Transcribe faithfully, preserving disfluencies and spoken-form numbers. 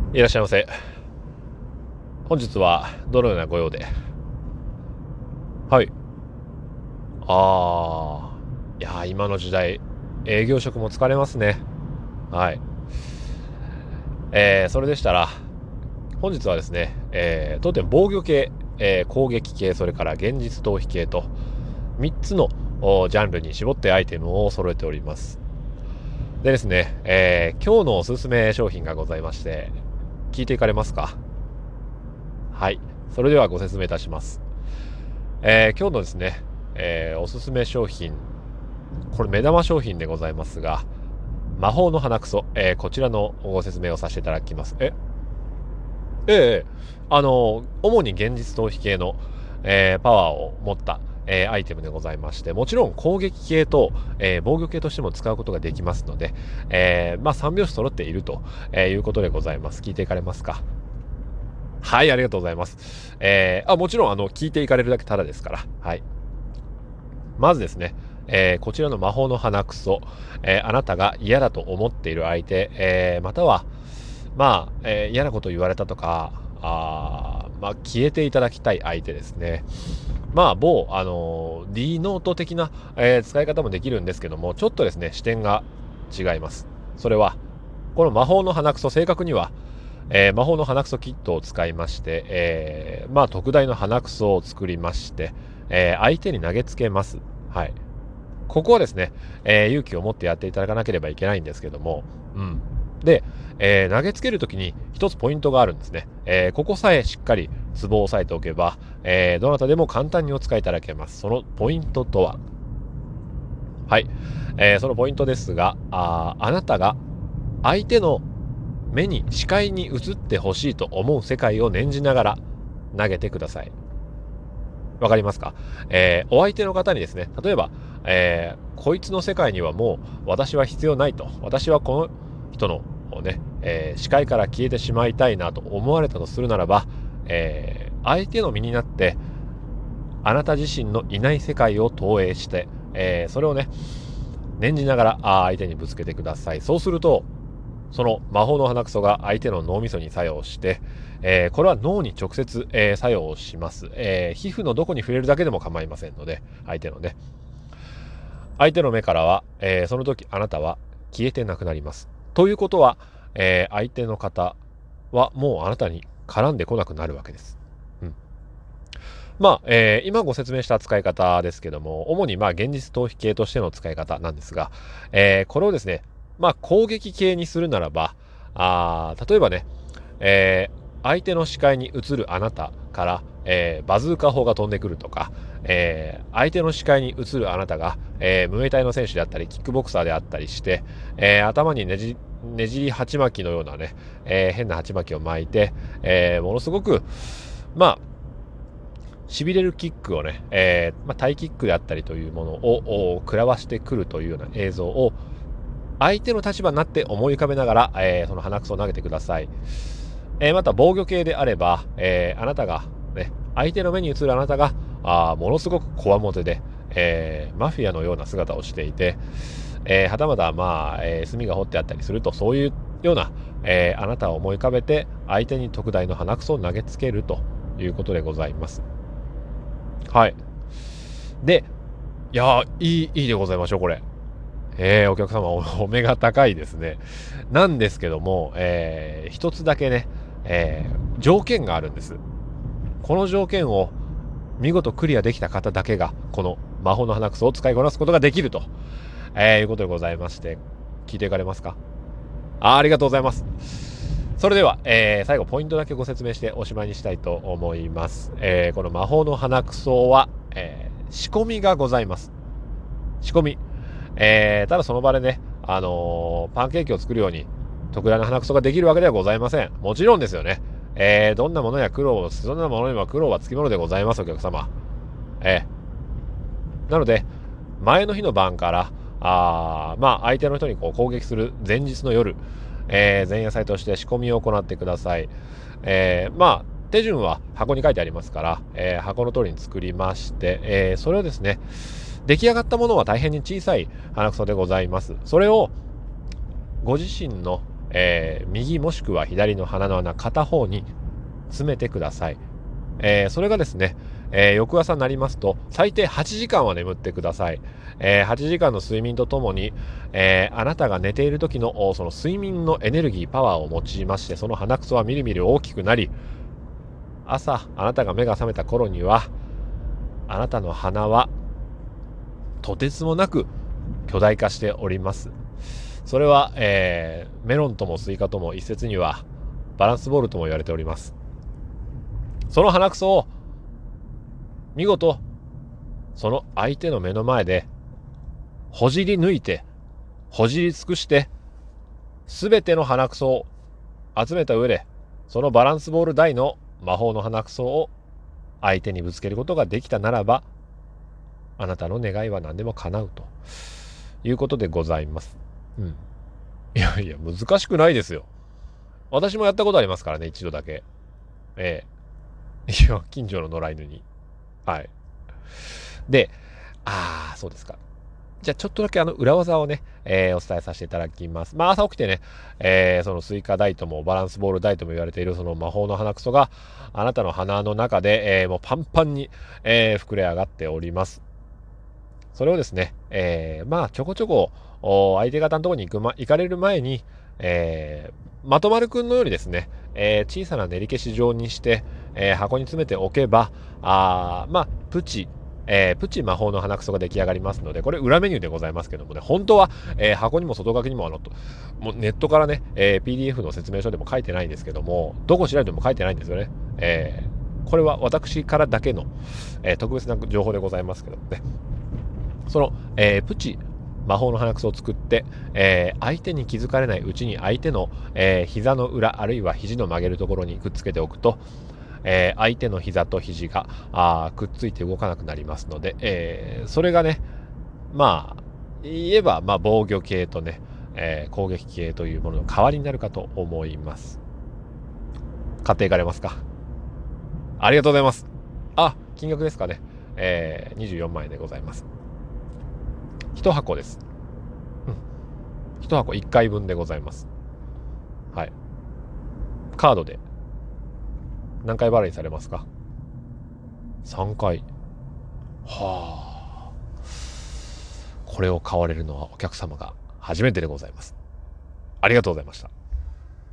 いらっしゃいませ。本日はどのようなご用で？はい。あー、いやー、今の時代、営業職も疲れますね。はい。えー、それでしたら、本日はですね、えー、当店防御系、えー攻撃系、それから現実逃避系と、みっつのおジャンルに絞ってアイテムを揃えております。でですね、えー今日のおすすめ商品がございまして、聞いていかれますか？はい。それではご説明いたします。えー今日のですね、えーおすすめ商品、これ目玉商品でございますが、魔法の鼻くそ、えーこちらのご説明をさせていただきます。え、ええあの、主に現実逃避系の、えーパワーを持った、えーアイテムでございまして、もちろん攻撃系と、えー防御系としても使うことができますので、えーまあさん拍子揃っていると、えーいうことでございます。聞いていかれますか？はい、ありがとうございます。えーあ、もちろん、あの、聞いていかれるだけただですから。はい。まずですね、えーこちらの魔法の鼻くそ、えーあなたが嫌だと思っている相手、えーまたは、まあ、えー嫌なことを言われたとか、あーまあ、消えていただきたい相手ですね。まあ、某、あのー D ノート的な、えー使い方もできるんですけども、ちょっとですね、視点が違います。それは、この魔法の鼻くそ、正確には、えー魔法の鼻くそキットを使いまして、えーまあ、特大の鼻くそを作りまして、えー相手に投げつけます。はい。ここはですね、えー勇気を持ってやっていただかなければいけないんですけども、うん。で、えー投げつけるときに一つポイントがあるんですね。えーここさえしっかりツボを押さえておけば、えーどなたでも簡単にお使いいただけます。そのポイントとは、はい。えーそのポイントですが、ああなたが相手の目に視界に映ってほしいと思う世界を念じながら投げてください。わかりますか？えーお相手の方にですね、例えば、えーこいつの世界にはもう私は必要ないと、私はこの人のね、えー視界から消えてしまいたいなと思われたとするならば、えー相手の身になって、あなた自身のいない世界を投影して、えーそれをね、念じながらあ相手にぶつけてください。そうすると、その魔法の鼻くそが相手の脳みそに作用して、えーこれは脳に直接、えー作用します、えー皮膚のどこに触れるだけでも構いませんので、相手のね、相手の目からは、えーその時あなたは消えてなくなります。ということは、えー相手の方はもうあなたに絡んでこなくなるわけです。うん。まあ、えー今ご説明した使い方ですけども、主にまあ現実逃避系としての使い方なんですが、えーこれをですね、まあ攻撃系にするならば、あー例えばね、えー相手の視界に映るあなたから、えーバズーカ砲が飛んでくるとか、えー相手の視界に映るあなたが、えームエタイの選手であったり、キックボクサーであったりして、えー頭にねじ、ねじり鉢巻きのようなね、えー変な鉢巻きを巻いて、えーものすごく、まあ、痺れるキックをね、えーまあ、タイキックであったりというものを食らわしてくるというような映像を相手の立場になって思い浮かべながら、えーその鼻くそを投げてください。えーまた防御系であれば、えーあなたが、ね、相手の目に映るあなたが、あものすごくこわもてで、えーマフィアのような姿をしていて、えーはたまた、まあ、えー墨が彫ってあったりすると、そういうような、えーあなたを思い浮かべて、相手に特大の鼻くそを投げつけるということでございます。はい。で、いやー、いい、いいでございましょう、これ。えー、お客様お、お目が高いですね。なんですけども、えー、一つだけね、えー、条件があるんです。この条件を見事クリアできた方だけが、この魔法の鼻くそを使いこなすことができると、えー、いうことでございまして、聞いていかれますか？あー、ありがとうございます。それでは、えー、最後ポイントだけご説明しておしまいにしたいと思います。えー、この魔法の鼻くそは、えー、仕込みがございます。仕込み。えー、ただその場でね、あのーパンケーキを作るように特大な鼻くそができるわけではございません。もちろんですよね。えー、どんなものや苦労を、どんなものにも苦労はつきものでございます、お客様。えー、なので、前の日の晩から、あまあ、相手の人にこう攻撃する前日の夜、えー、前夜祭として仕込みを行ってください。えー、まあ、手順は箱に書いてありますから、えー、箱の通りに作りまして、えー、それをですね、出来上がったものは大変に小さい鼻くそでございます。それをご自身のえー、右もしくは左の鼻の穴片方に詰めてください。えー、それがですね、えー、翌朝になりますと最低はちじかんは眠ってください。えー、はちじかんの睡眠とともに、えー、あなたが寝ている時のその睡眠のエネルギーパワーを用いまして、その鼻くそはみるみる大きくなり、朝あなたが目が覚めた頃にはあなたの鼻はとてつもなく巨大化しております。それは、えー、メロンともスイカとも一説にはバランスボールとも言われております。その鼻くそを見事その相手の目の前でほじり抜いてほじり尽くして全ての鼻くそを集めた上で、そのバランスボール大の魔法の鼻くそを相手にぶつけることができたならば、あなたの願いは何でも叶うということでございます。うん。いやいや、難しくないですよ。私もやったことありますからね、一度だけ。ええ。いや、近所の野良犬に。はい。で、ああ、そうですか。じゃあちょっとだけあの裏技をね、えー、お伝えさせていただきます。まあ朝起きてね、えー、そのスイカ大ともバランスボール大とも言われているその魔法の鼻くそがあなたの鼻の中で、えー、もうパンパンに、えー、膨れ上がっております。それをですね、えー、まあちょこちょこ相手方のところに行く、ま、行かれる前に、えー、まとまるくんのようにですね、えー、小さな練り消し状にして、えー、箱に詰めておけば、あまあプチえー、プチ魔法の鼻くそが出来上がりますので、これ裏メニューでございますけどもね、本当は、えー、箱にも外書きにもあのもうネットからね、えー、ピーディーエフ の説明書でも書いてないんですけども、どこ調べても書いてないんですよね。えー、これは私からだけの、えー、特別な情報でございますけどもね。その、えー、プチ魔法の鼻くそを作って、えー、相手に気づかれないうちに相手の、えー、膝の裏あるいは肘の曲げるところにくっつけておくと、えー、相手の膝と肘があくっついて動かなくなりますので、えー、それがね、まあ言えば、まあ、防御系とね、えー、攻撃系というものの代わりになるかと思います。買っていかれますか？ありがとうございます。あ、金額ですかね、えー、にじゅうよんまんえんでございます。いち箱です。うん。いち箱いっかいぶんでございます。はい。カードで何回払いされますか？さんかい。はあ。これを買われるのはお客様が初めてでございます。ありがとうございました。